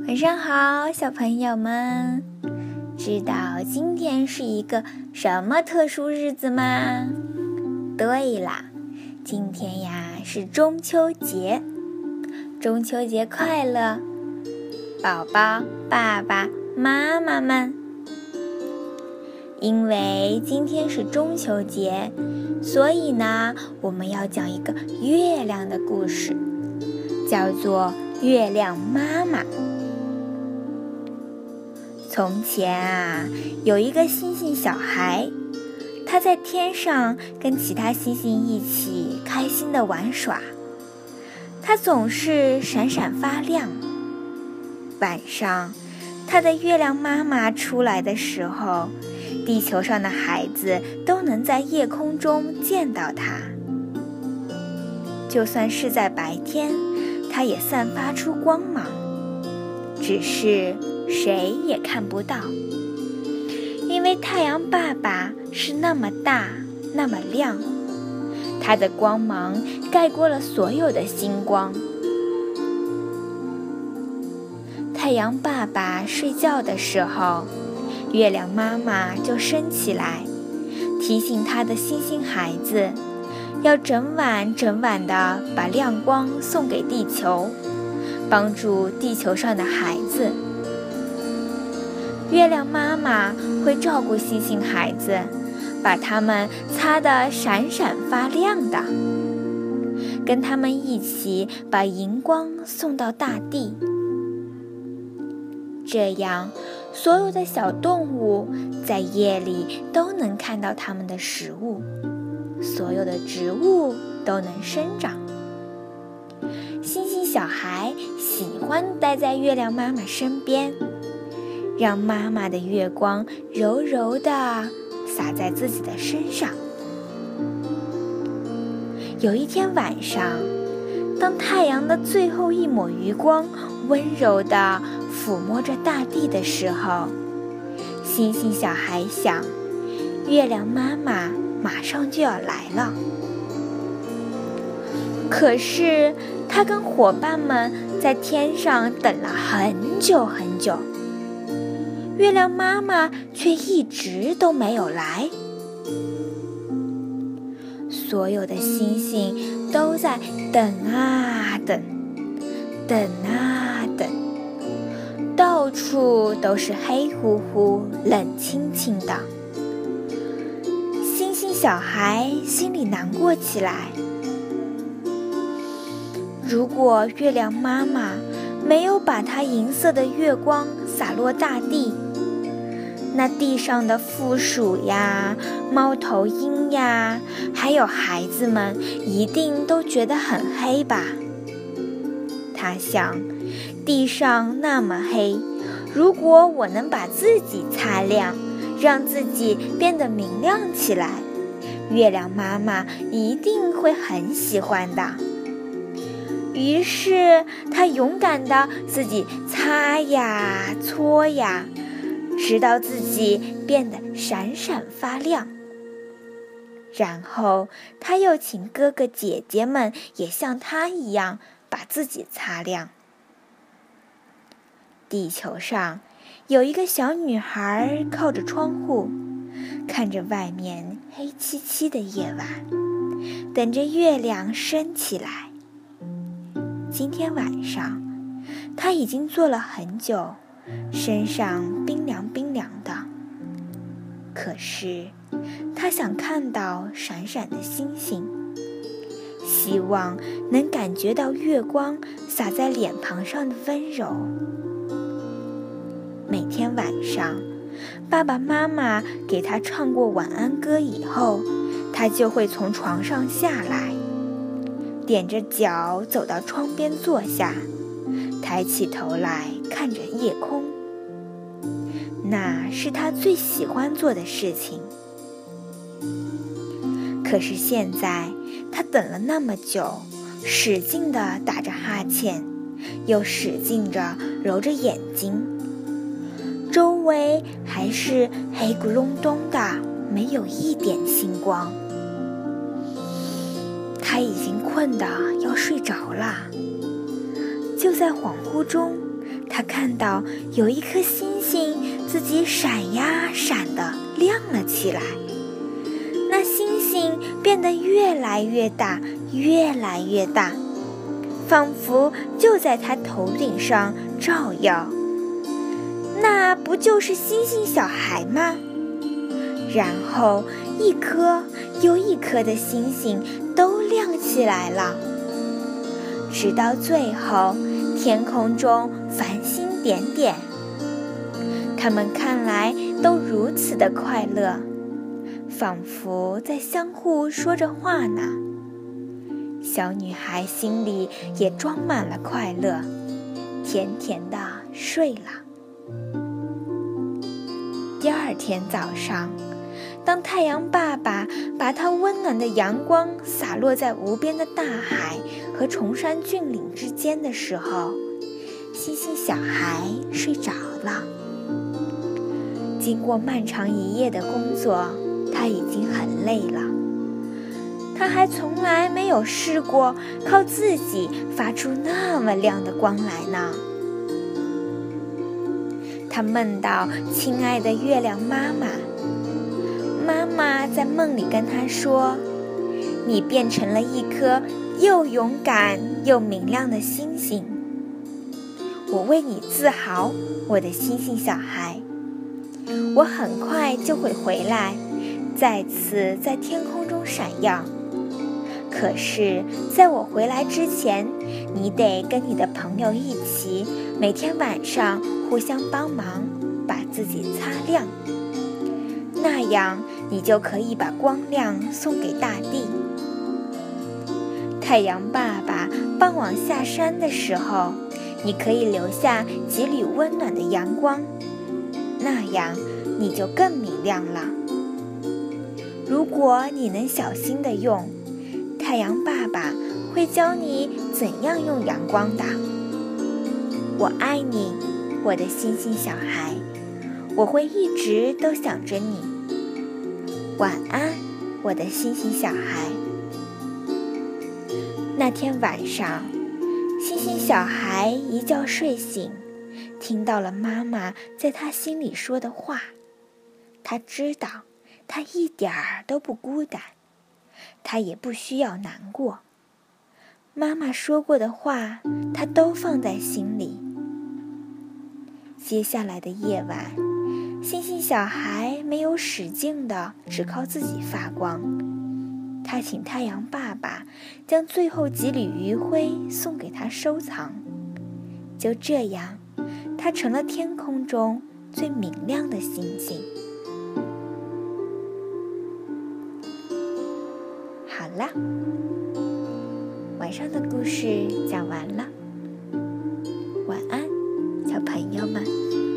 晚上好，小朋友们，知道今天是一个什么特殊日子吗？对啦，今天呀是中秋节，中秋节快乐，宝宝、爸爸妈妈们。因为今天是中秋节，所以呢，我们要讲一个月亮的故事，叫做月亮妈妈。从前啊，有一个星星小孩，他在天上跟其他星星一起开心地玩耍，他总是闪闪发亮。晚上，他的月亮妈妈出来的时候，地球上的孩子都能在夜空中见到他。就算是在白天，它也散发出光芒，只是谁也看不到，因为太阳爸爸是那么大，那么亮，它的光芒盖过了所有的星光。太阳爸爸睡觉的时候，月亮妈妈就升起来，提醒他的星星孩子要整晚整晚地把亮光送给地球，帮助地球上的孩子。月亮妈妈会照顾星星孩子，把它们擦得闪闪发亮的，跟他们一起把荧光送到大地。这样，所有的小动物在夜里都能看到它们的食物，所有的植物都能生长。星星小孩喜欢待在月亮妈妈身边，让妈妈的月光柔柔地洒在自己的身上。有一天晚上，当太阳的最后一抹余光温柔地抚摸着大地的时候，星星小孩想，月亮妈妈马上就要来了。可是他跟伙伴们在天上等了很久很久，月亮妈妈却一直都没有来。所有的星星都在等啊等，等啊等，到处都是黑乎乎、冷清清的。星星小孩心里难过起来。如果月亮妈妈没有把它银色的月光洒落大地，那地上的负鼠呀、猫头鹰呀，还有孩子们一定都觉得很黑吧。他想，地上那么黑，如果我能把自己擦亮，让自己变得明亮起来，月亮妈妈一定会很喜欢的。于是他勇敢地自己擦呀搓呀，直到自己变得闪闪发亮。然后他又请哥哥姐姐们也像他一样把自己擦亮。地球上有一个小女孩靠着窗户，看着外面黑漆漆的夜晚，等着月亮升起来。今天晚上，她已经坐了很久，身上冰凉冰凉的。可是，她想看到闪闪的星星，希望能感觉到月光洒在脸庞上的温柔。每天晚上，爸爸妈妈给她唱过晚安歌以后，她就会从床上下来，踮着脚走到窗边坐下，抬起头来看着夜空。那是她最喜欢做的事情。可是现在，她等了那么久，使劲地打着哈欠，又使劲着揉着眼睛，周围还是黑咕隆咚的，没有一点星光。他已经困得要睡着了。就在恍惚中，他他看到有一颗星星自己闪呀闪的亮了起来，那星星变得越来越大，越来越大，仿佛就在他头顶上照耀。那不就是星星小孩吗？然后一颗又一颗的星星都亮起来了，直到最后天空中繁星点点，他们看来都如此的快乐，仿佛在相互说着话呢。小女孩心里也装满了快乐，甜甜地睡了。第二天早上，当太阳爸爸把他温暖的阳光洒落在无边的大海和崇山峻岭之间的时候，星星小孩睡着了。经过漫长一夜的工作，他已经很累了。他还从来没有试过靠自己发出那么亮的光来呢。他梦到亲爱的月亮妈妈，妈妈在梦里跟他说：“你变成了一颗又勇敢又明亮的星星，我为你自豪，我的星星小孩。我很快就会回来，再次在天空中闪耀。可是在我回来之前，你得跟你的朋友一起，每天晚上互相帮忙，把自己擦亮，那样你就可以把光亮送给大地。太阳爸爸傍晚下山的时候，你可以留下几缕温暖的阳光，那样你就更明亮了。如果你能小心地用，太阳爸爸会教你怎样用阳光的。我爱你，我的星星小孩，我会一直都想着你。晚安，我的星星小孩。那天晚上，星星小孩一觉睡醒，听到了妈妈在他心里说的话。他知道他一点儿都不孤单，他也不需要难过。妈妈说过的话，他都放在心里。接下来的夜晚，星星小孩没有使劲的只靠自己发光，他请太阳爸爸将最后几缕余晖送给他收藏。就这样，他成了天空中最明亮的星星。好了，晚上的故事讲完了，晚安，小朋友们。